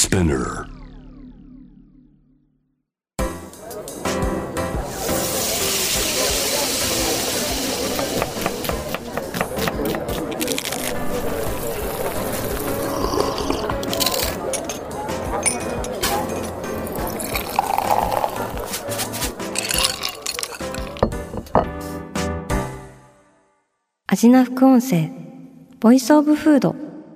Spinner. アジナ副音声ボイスオブフード。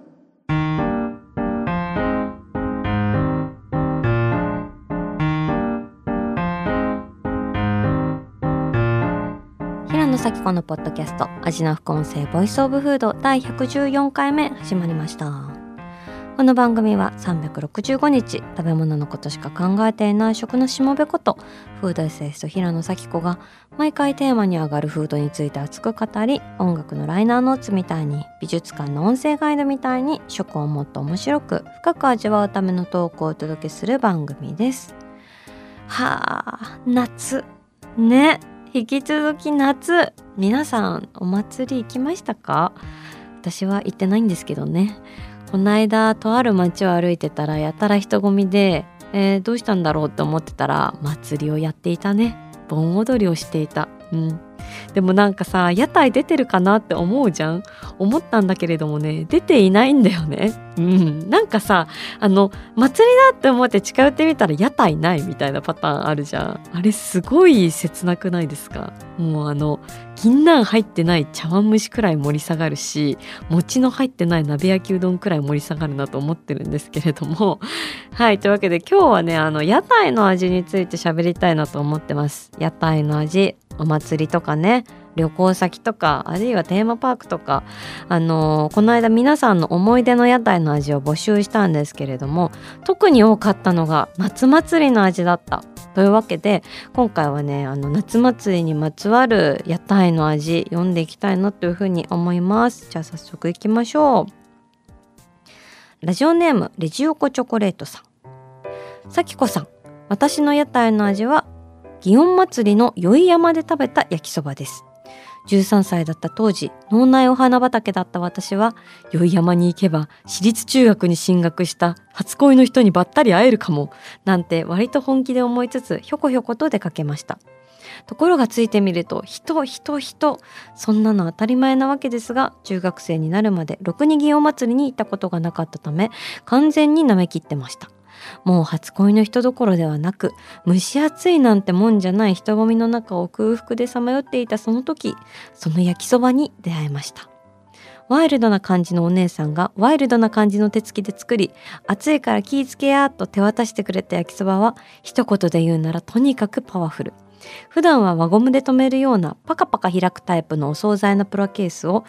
平野咲子のポッドキャストアジナ副音声ボイスオブフード第114回目始まりました。この番組は365日食べ物のことしか考えていない食のしもべことフードエッセイスト平野咲子が毎回テーマに上がるフードについて熱く語り、音楽のライナーノーツみたいに美術館の音声ガイドみたいに食をもっと面白く深く味わうためのトークをお届けする番組です。はあ、夏ね、引き続き夏。皆さんお祭り行きましたか？私は行ってないんですけどね。この間とある街を歩いてたらやたら人混みで、どうしたんだろうと思ってたら祭りをやっていたね。盆踊りをしていた。でもなんかさ、屋台出てるかなって思うじゃん。思ったんだけれどもね、出ていないんだよね。なんかさ、祭りだって思って近寄ってみたら屋台ないみたいなパターンあるじゃん。あれすごい切なくないですか？もう銀杏入ってない茶碗蒸しくらい盛り下がるし、餅の入ってない鍋焼きうどんくらい盛り下がるなと思ってるんですけれどもはい、というわけで今日はね、屋台の味について喋りたいなと思ってます。屋台の味、お祭りとかね、旅行先とか、あるいはテーマパークとか、この間皆さんの思い出の屋台の味を募集したんですけれども、特に多かったのが夏祭りの味だったというわけで、今回はね、夏祭りにまつわる屋台の味読んでいきたいなというふうに思います。じゃあ早速いきましょう。ラジオネームレジオコチョコレートさん。さきこさん、私の屋台の味は祇園祭の宵山で食べた焼きそばです。13歳だった当時、脳内お花畑だった私は、宵山に行けば私立中学に進学した初恋の人にばったり会えるかもなんて割と本気で思いつつ、ひょこひょこと出かけました。ところがついてみると人、そんなの当たり前なわけですが、中学生になるまでろくに祇園祭に行ったことがなかったため、完全に舐めきってました。もう初恋の人どころではなく、蒸し暑いなんてもんじゃない人混みの中を空腹でさまよっていたその時、その焼きそばに出会いました。ワイルドな感じのお姉さんがワイルドな感じの手つきで作り、暑いから気ぃつけやと手渡してくれた焼きそばは、一言で言うならとにかくパワフル。普段は輪ゴムで留めるようなパカパカ開くタイプのお惣菜のプロケースを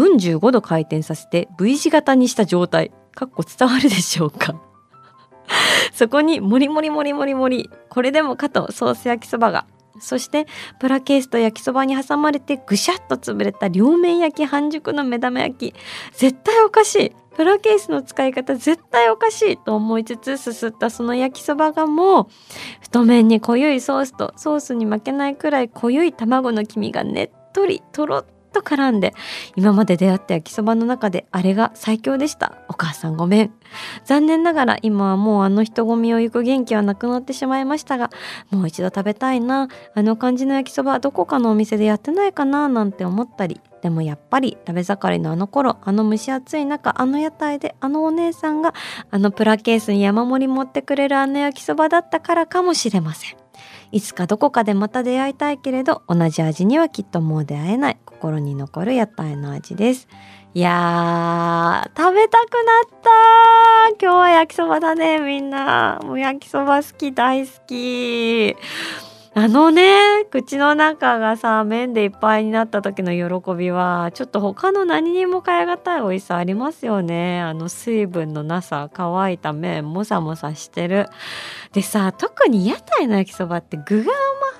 45度回転させて V 字型にした状態。伝わるでしょうか？そこにもりもり、これでもかとソース焼きそばが、そしてプラケースと焼きそばに挟まれてぐしゃっと潰れた両面焼き半熟の目玉焼き。絶対おかしい、プラケースの使い方絶対おかしいと思いつつすすったその焼きそばが、もう太麺に濃ゆいソースとソースに負けないくらい濃ゆい卵の黄身がねっとりとろっと絡んで、今まで出会った焼きそばの中であれが最強でした。お母さんごめん。残念ながら今はもう人混みを行く元気はなくなってしまいましたが、もう一度食べたいな。感じの焼きそばどこかのお店でやってないかななんて思ったり、でもやっぱり食べ盛りの頃、蒸し暑い中、屋台でお姉さんがプラケースに山盛り持ってくれる焼きそばだったからかもしれません。いつかどこかでまた出会いたいけれど、同じ味にはきっともう出会えない心に残る屋台の味です。いやー、食べたくなった。今日は焼きそばだね。みんなもう焼きそば好き、大好き。口の中がさ、麺でいっぱいになった時の喜びはちょっと他の何にも代え難い美味しさありますよね。水分のなさ、乾いた麺もさもさしてる。でさ、特に屋台の焼きそばって具があんま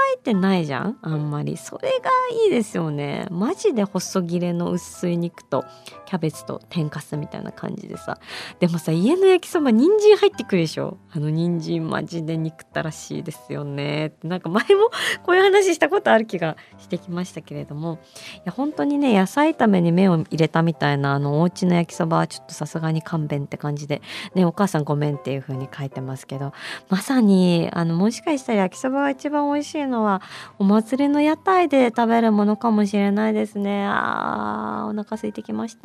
いてないじゃん、あんまり。それがいいですよね。マジで細切れの薄い肉とキャベツと天かすみたいな感じでさ。でもさ、家の焼きそば人参入ってくるでしょ。人参マジで憎たらしいですよねって、なんか前もこういう話したことある気がしてきましたけれども、いや本当にね、野菜炒めに目を入れたみたいなお家の焼きそばはちょっとさすがに勘弁って感じでね、お母さんごめんっていう風に書いてますけど、まさにもしかしたら焼きそばが一番美味しいのはお祭りの屋台で食べるものかもしれないですね。お腹空いてきました。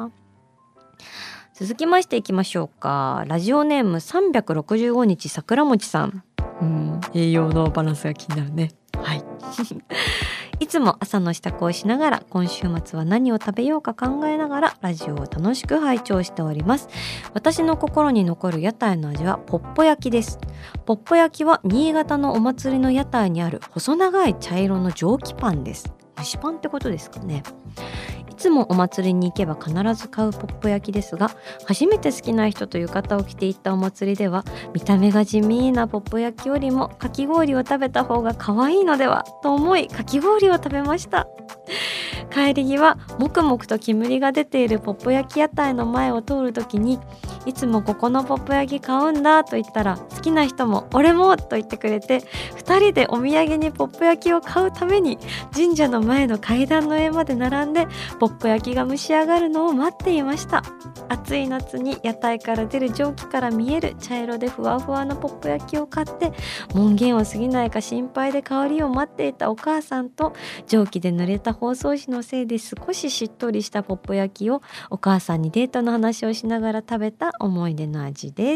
続きましていきましょうか。ラジオネーム365日桜餅さん。栄養のバランスが気になるね。はいいつも朝の支度をしながら、今週末は何を食べようか考えながらラジオを楽しく拝聴しております。私の心に残る屋台の味はポッポ焼きです。ポッポ焼きは新潟のお祭りの屋台にある細長い茶色の蒸気パンです。蒸しパンってことですかね。いつもお祭りに行けば必ず買うポッポ焼きですが、初めて好きな人と浴衣を着て行ったお祭りでは、見た目が地味なポッポ焼きよりもかき氷を食べた方が可愛いのではと思い、かき氷を食べました。帰り際、もくもくと煙が出ているポッポ焼き屋台の前を通るときに、いつもここのポッポ焼き買うんだと言ったら、好きな人も俺もと言ってくれて、2人でお土産にポッポ焼きを買うために神社の前の階段の上まで並んでポッポ焼きが蒸し上がるのを待っていました。暑い夏に屋台から出る蒸気から見える茶色でふわふわのポッポ焼きを買って、門限を過ぎないか心配で香りを待っていたお母さんと、蒸気で濡れた包装紙のせいで少ししっとりしたポッポ焼きをお母さんにデートの話をしながら食べた思い出の味です。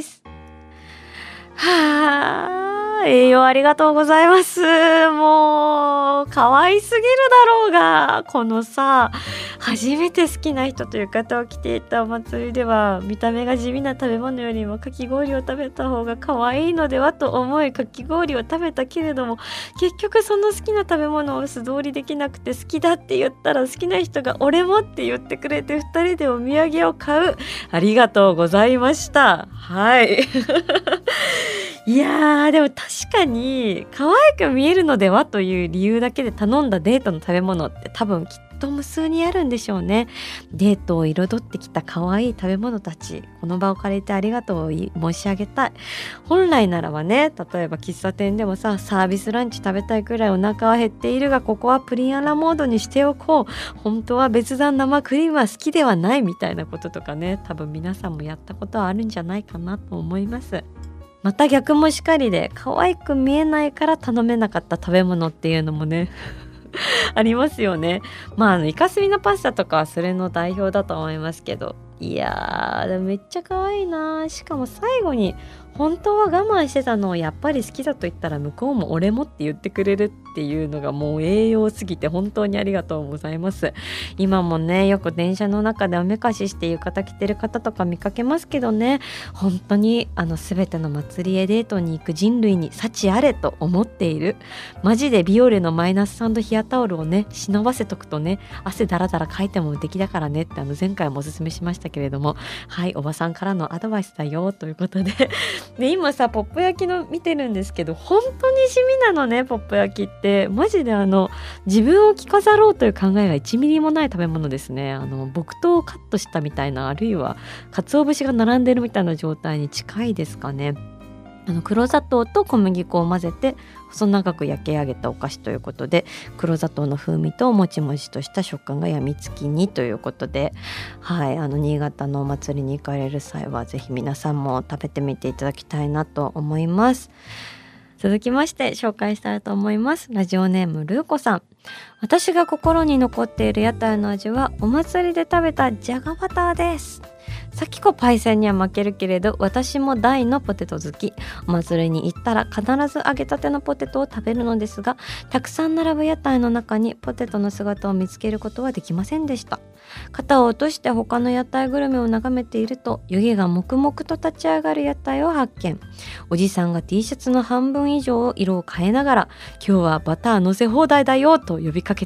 栄養ありがとうございます。もう可愛すぎるだろうが、このさ、初めて好きな人と浴衣を着ていたお祭りでは、見た目が地味な食べ物よりもかき氷を食べた方が可愛いのではと思い、かき氷を食べたけれども、結局その好きな食べ物を素通りできなくて、好きだって言ったら好きな人が俺もって言ってくれて、2人でお土産を買う。ありがとうございました。はいいやー、でも確かに可愛く見えるのではという理由だけで頼んだデートの食べ物って多分きっと無数にあるんでしょうね。デートを彩ってきた可愛い食べ物たち、この場を借りてありがとうを申し上げたい。本来ならばね、例えば喫茶店でもさ、サービスランチ食べたいくらいお腹は減っているが、ここはプリンアラモードにしておこう、本当は別段生クリームは好きではないみたいなこととかね、多分皆さんもやったことはあるんじゃないかなと思います。また逆もしかりで、可愛く見えないから頼めなかった食べ物っていうのもねありますよね。イカスミのパスタとかはそれの代表だと思いますけど、いやーでもめっちゃ可愛いな。しかも最後に本当は我慢してたのをやっぱり好きだと言ったら向こうも俺もって言ってくれるっていうのがもう栄養すぎて本当にありがとうございます。今もね、よく電車の中でおめかしして浴衣着てる方とか見かけますけどね、本当に全ての祭りへデートに行く人類に幸あれと思っている。マジでビオレのマイナス3度冷やタオルをね忍ばせとくとね、汗だらだらかいても無敵だからねって前回もおすすめしましたけれども、はい、おばさんからのアドバイスだよということでで今さポッポ焼きの見てるんですけど、本当に地味なのね。ポッポ焼きってマジで自分を着飾ろうという考えが1ミリもない食べ物ですね。木刀をカットしたみたいな、あるいは鰹節が並んでるみたいな状態に近いですかね。黒砂糖と小麦粉を混ぜて細長く焼き上げたお菓子ということで、黒砂糖の風味ともちもちとした食感がやみつきにということで、はい、新潟のお祭りに行かれる際はぜひ皆さんも食べてみていただきたいなと思います。続きまして紹介したいと思います。ラジオネームルーコさん。私が心に残っている屋台の味はお祭りで食べたじゃがバターです。さきこパイセンには負けるけれど、私も大のポテト好き。お祭りに行ったら必ず揚げたてのポテトを食べるのですが、たくさん並ぶ屋台の中にポテトの姿を見つけることはできませんでした。肩を落として他の屋台グルメを眺めていると、湯気が黙々と立ち上がる屋台を発見。おじさんが T シャツの半分以上色を変えながら、今日はバター乗せ放題だよと呼びかけている。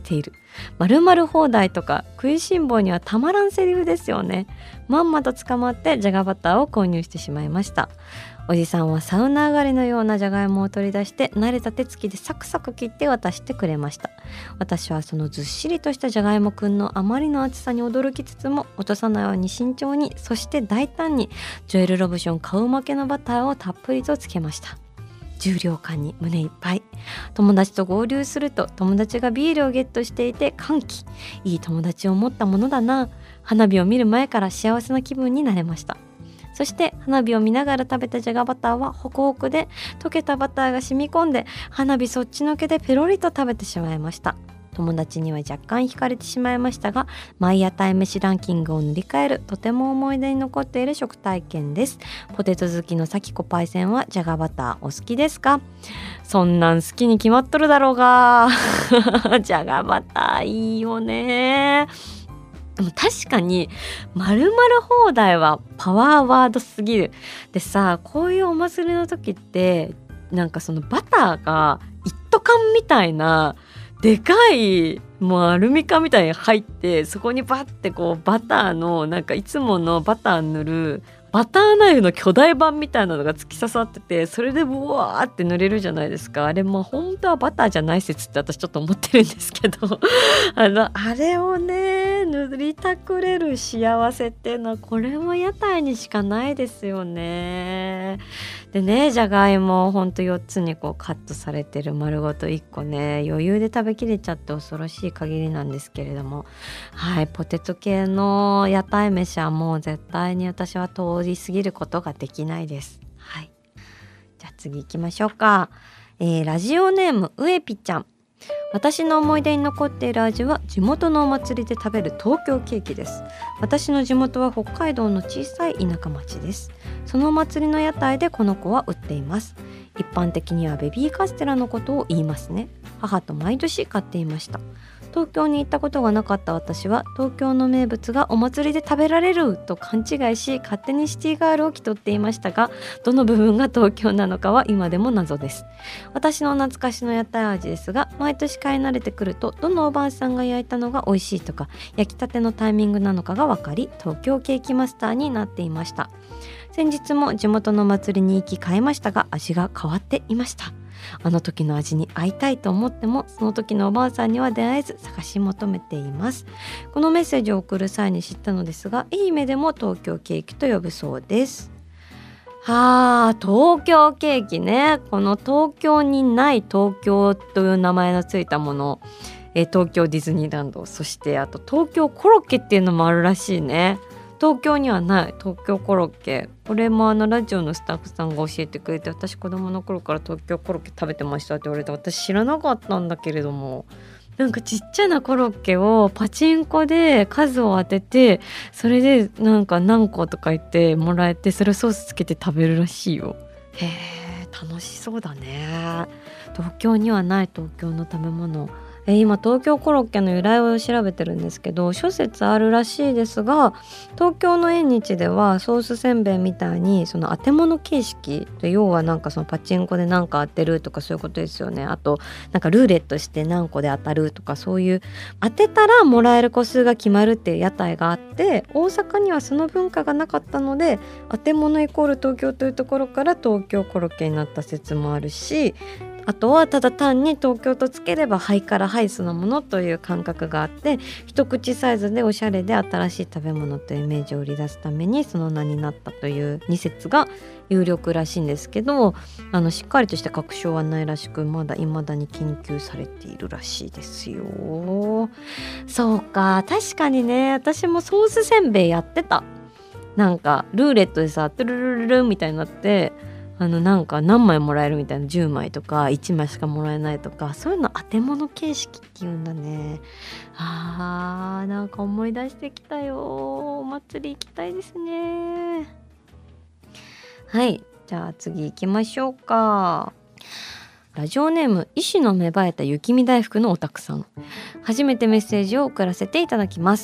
〇〇放題とか食いしん坊にはたまらんセリフですよね。まんまと捕まってじゃがバターを購入してしまいました。おじさんはサウナ上がりのようなじゃがいもを取り出して慣れた手つきでサクサク切って渡してくれました。私はそのずっしりとしたじゃがいもくんのあまりの厚さに驚きつつも、落とさないように慎重に、そして大胆にジョエル・ロブション顔負けのバターをたっぷりとつけました。重量感に胸いっぱい。友達と合流すると友達がビールをゲットしていて歓喜。いい友達を持ったものだな。花火を見る前から幸せな気分になれました。そして花火を見ながら食べたじゃがバターはホクホクで、溶けたバターが染み込んで花火そっちのけでペロリと食べてしまいました。友達には若干惹かれてしまいましたが、毎屋台飯ランキングを塗り替えるとても思い出に残っている食体験です。ポテト好きのさきこパイセンはじゃがバターお好きですか？そんなん好きに決まっとるだろうがじゃがバターいいよね。でも確かに〇〇放題はパワーワードすぎる。でさ、こういうお祭りの時ってなんかそのバターが一斗缶みたいなでかいもうアルミ缶みたいに入って、そこにバッてこうバターのなんかいつものバター塗るバターナイフの巨大版みたいなのが突き刺さってて、それでブワーって塗れるじゃないですか。あれも本当はバターじゃない説って私ちょっと思ってるんですけどあれをね塗りたくれる幸せっていうのはこれも屋台にしかないですよね。でね、じゃがいもほんと4つにこうカットされてる丸ごと1個ね余裕で食べきれちゃって恐ろしい限りなんですけれども、はい、ポテト系の屋台飯はもう絶対に私は通り過ぎることができないです。はい、じゃあ次行きましょうか。ラジオネームうえぴちゃん。私の思い出に残っている味は地元のお祭りで食べる東京ケーキです。私の地元は北海道の小さい田舎町です。そのお祭りの屋台でこの子は売っています。一般的にはベビーカステラのことを言いますね。母と毎年買っていました。東京に行ったことがなかった私は東京の名物がお祭りで食べられると勘違いし、勝手にシティガールを気取っていましたが、どの部分が東京なのかは今でも謎です。私の懐かしの屋台味ですが、毎年買い慣れてくるとどのおばあさんが焼いたのが美味しいとか、焼きたてのタイミングなのかが分かり、東京ケーキマスターになっていました。先日も地元の祭りに行き買いましたが、味が変わっていました。あの時の味に会いたいと思ってもその時のおばあさんには出会えず探し求めています。このメッセージを送る際に知ったのですが、いい目でも東京ケーキと呼ぶそうです。東京ケーキね。この東京にない東京という名前のついたもの、東京ディズニーランド、そしてあと東京コロッケっていうのもあるらしいね。東京にはない東京コロッケ、これもラジオのスタッフさんが教えてくれて、私子供の頃から東京コロッケ食べてましたって言われて、私知らなかったんだけれども、なんかちっちゃなコロッケをパチンコで数を当てて、それでなんか何個とか言ってもらえて、それをソースつけて食べるらしいよ。へー、楽しそうだね。東京にはない東京の食べ物。今東京コロッケの由来を調べてるんですけど、諸説あるらしいですが、東京の縁日ではソースせんべいみたいにその当て物形式で、要はなんかそのパチンコで何か当てるとかそういうことですよね。あとなんかルーレットして何個で当たるとか、そういう当てたらもらえる個数が決まるっていう屋台があって、大阪にはその文化がなかったので、当て物イコール東京というところから東京コロッケになった説もあるし、あとはただ単に東京とつければハイからハイそのものという感覚があって、一口サイズでおしゃれで新しい食べ物というイメージを売り出すためにその名になったという2説が有力らしいんですけど、しっかりとした確証はないらしく、まだ未だに研究されているらしいですよ。そうか、確かにね、私もソースせんべいやってた。なんかルーレットでさ、トゥルルルルみたいになって、なんか何枚もらえるみたいな、10枚とか1枚しかもらえないとか、そういうの当て物形式っていうんだね。なんか思い出してきたよ。お祭り行きたいですね。はい、じゃあ次行きましょうか。ラジオネーム石の芽生えた雪見大福のおたくさん。初めてメッセージを送らせていただきます。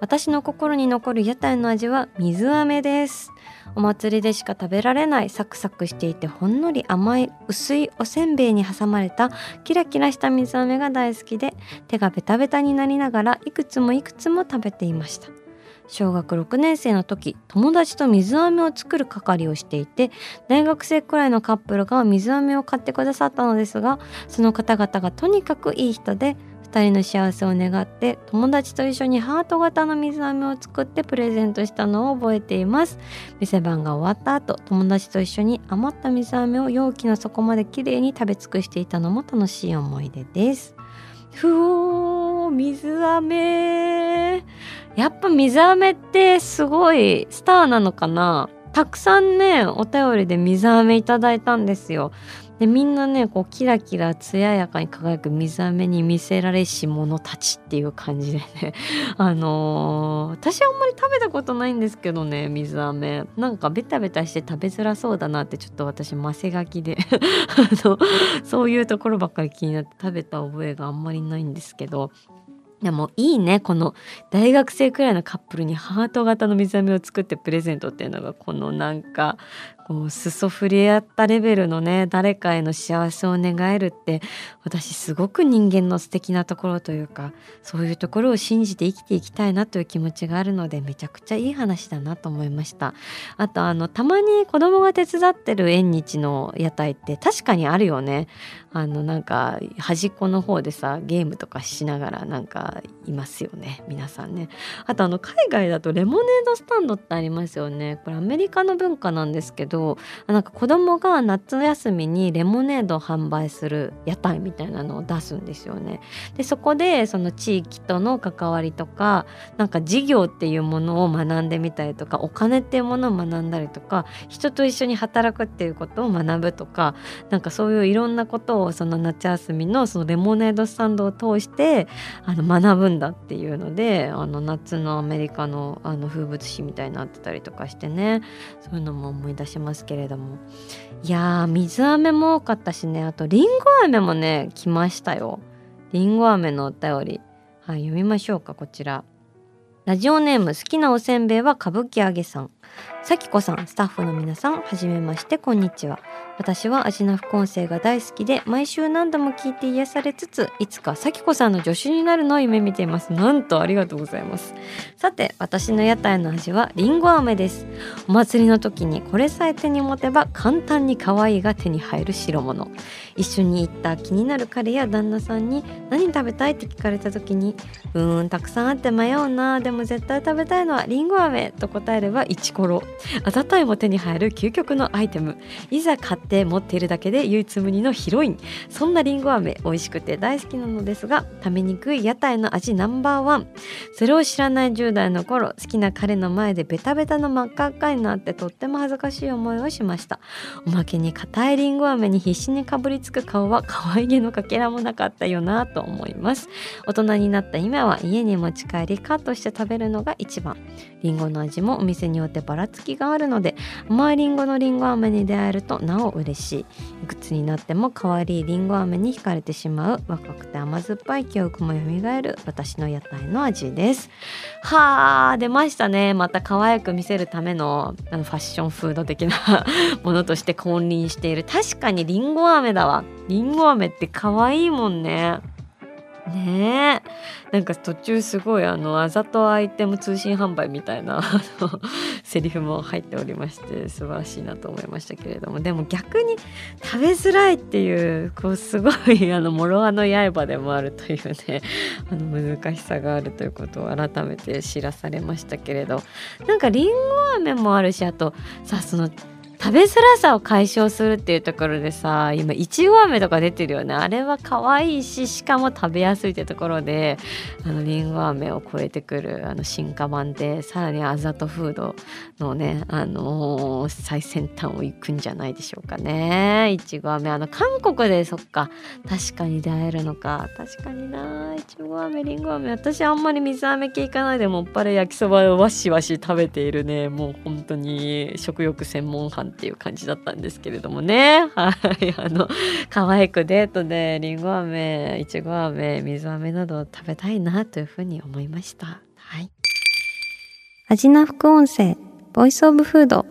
私の心に残る屋台の味は水飴です。お祭りでしか食べられないサクサクしていてほんのり甘い薄いおせんべいに挟まれたキラキラした水飴が大好きで、手がベタベタになりながらいくつも食べていました。小学6年生の時、友達と水飴を作る係をしていて、大学生くらいのカップルが水飴を買ってくださったのですが、その方々がとにかくいい人で、2人の幸せを願って友達と一緒にハート型の水飴を作ってプレゼントしたのを覚えています。店番が終わった後、友達と一緒に余った水飴を容器の底まできれいに食べ尽くしていたのも楽しい思い出です。ふおー、水飴、やっぱ水飴ってすごいスターなのかな。たくさんね、お便りで水飴いただいたんですよ。でみんなね、こうキラキラ艶やかに輝く水飴に魅せられし者たちっていう感じでね私あんまり食べたことないんですけどね、水飴なんかベタベタして食べづらそうだなって、ちょっと私マセガキでそういうところばっかり気になって食べた覚えがあんまりないんですけど、でもいいね、この大学生くらいのカップルにハート型の水飴を作ってプレゼントっていうのが、このなんかこう裾触れ合ったレベルのね、誰かへの幸せを願えるって、私すごく人間の素敵なところというか、そういうところを信じて生きていきたいなという気持ちがあるので、めちゃくちゃいい話だなと思いました。あとたまに子供が手伝ってる縁日の屋台って確かにあるよね。なんか端っこの方でさ、ゲームとかしながらなんかいますよね、皆さんね。あと海外だとレモネードスタンドってありますよね。これアメリカの文化なんですけど、なんか子供が夏休みにレモネードを販売する屋台みたいなのを出すんですよね。でそこでその地域との関わりとか、なんか事業っていうものを学んでみたりとか、お金っていうものを学んだりとか、人と一緒に働くっていうことを学ぶとか、なんかそういういろんなことをその夏休みのそのレモネードスタンドを通して学ぶんだっていうので、夏のアメリカの風物詩みたいになってたりとかしてね、そういうのも思い出しますけれども、いやー水飴も多かったしね。あとりんご飴もね来ましたよ。りんご飴のお便り、はい、読みましょうか。こちらラジオネーム好きなおせんべいは歌舞伎揚げさん。さきこさん、スタッフの皆さん、はじめまして、こんにちは。私はアジナ副音声が大好きで、毎週何度も聞いて癒されつつ、いつかさきこさんの助手になるのを夢見ています。なんとありがとうございます。さて、私の屋台の味はりんご飴です。お祭りの時にこれさえ手に持てば簡単に可愛いが手に入る代物。一緒に行った気になる彼や旦那さんに何食べたいって聞かれた時に、たくさんあって迷うな、でも絶対食べたいのはりんご飴と答えればイチコロ。あたたいも手に入る究極のアイテム。いざ買って持っているだけで唯一無二のヒロイン。そんなりんご飴、美味しくて大好きなのですが、食べにくい屋台の味ナンバーワン。それを知らない10代の頃、好きな彼の前でベタベタの真っ赤っかになってとっても恥ずかしい思いをしました。おまけに硬いりんご飴に必死にかぶりつく顔は可愛げのかけらもなかったよなと思います。大人になった今は家に持ち帰りカットして食べるのが一番。りんごの味もお店によってばらつきがあるので、甘いりんごのりんご飴に出会えるとなお嬉しい。いくつになっても可愛いりんご飴に惹かれてしまう、若くて甘酸っぱい記憶も蘇る私の屋台の味です。はあ、出ましたね。また可愛く見せるためのファッションフード的なものとして君臨している。確かにりんご飴だわ。りんご飴って可愛いもんね。ねえ、なんか途中すごいあざとアイテム通信販売みたいなセリフも入っておりまして、素晴らしいなと思いましたけれども、でも逆に食べづらいっていう、こうすごい諸刃の刃でもあるというね難しさがあるということを改めて知らされましたけれど、なんかりんご飴もあるし、あとさ、その食べづらさを解消するっていうところでさ、今いちご飴とか出てるよね。あれは可愛いし、しかも食べやすいってところでりんご飴を超えてくる進化版で、さらにあざとフードのね最先端を行くんじゃないでしょうかね。いちご飴韓国で、そっか、確かに出会えるのか。確かにな、いちご飴りんご飴、私あんまり水飴系いかないで、もっぱら焼きそばをわしわし食べているね、もう本当に食欲専門班っていう感じだったんですけれどもね。はい、可愛くデートでりんご飴、いちご飴、水飴などを食べたいなというふうに思いました。はい。 味な副音声ボイスオブフード。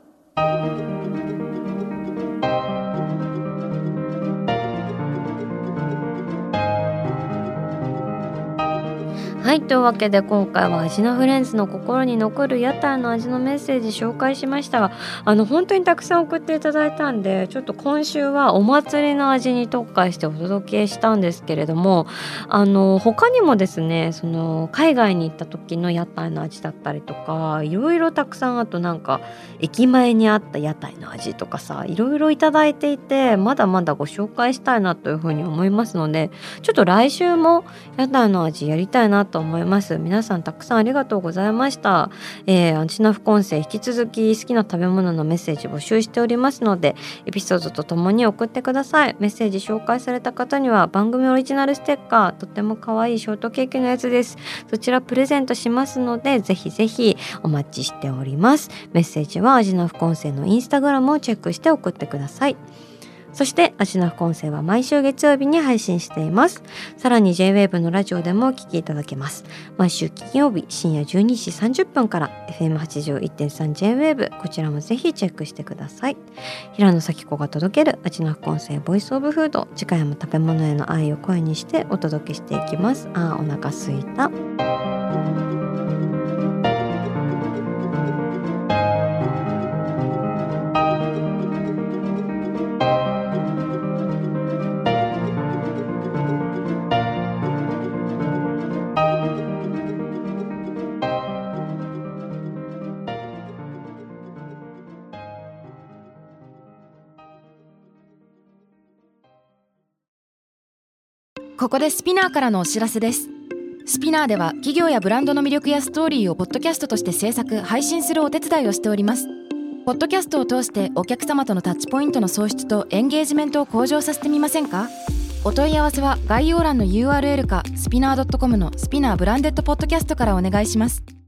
はい、というわけで今回は味のフレンズの心に残る屋台の味のメッセージ紹介しましたが、本当にたくさん送っていただいたんで、ちょっと今週はお祭りの味に特化してお届けしたんですけれども、他にもですね、その海外に行った時の屋台の味だったりとか、いろいろたくさん、あとなんか駅前にあった屋台の味とかさ、いろいろいただいていて、まだまだご紹介したいなというふうに思いますので、ちょっと来週も屋台の味やりたいなと思います。皆さんたくさんありがとうございました。味な副音声引き続き好きな食べ物のメッセージ募集しておりますので、エピソードとともに送ってください。メッセージ紹介された方には番組オリジナルステッカー、とっても可愛いショートケーキのやつです。そちらプレゼントしますので、ぜひぜひお待ちしております。メッセージは味な副音声のインスタグラムをチェックして送ってください。そして味の副音声は毎週月曜日に配信しています。さらに J-Wave のラジオでもお聞きいただけます。毎週金曜日深夜12時30分から FM81.3 J-Wave、 こちらもぜひチェックしてください。平野咲子が届ける味の副音声ボイスオブフード、次回も食べ物への愛を声にしてお届けしていきます。お腹すいた。 ここでスピナーからのお知らせです。スピナーでは企業やブランドの魅力やストーリーをポッドキャストとして制作・配信するお手伝いをしております。ポッドキャストを通してお客様とのタッチポイントの創出とエンゲージメントを向上させてみませんか？お問い合わせは概要欄の URL かスピナー .com のスピナーブランデッドポッドキャストからお願いします。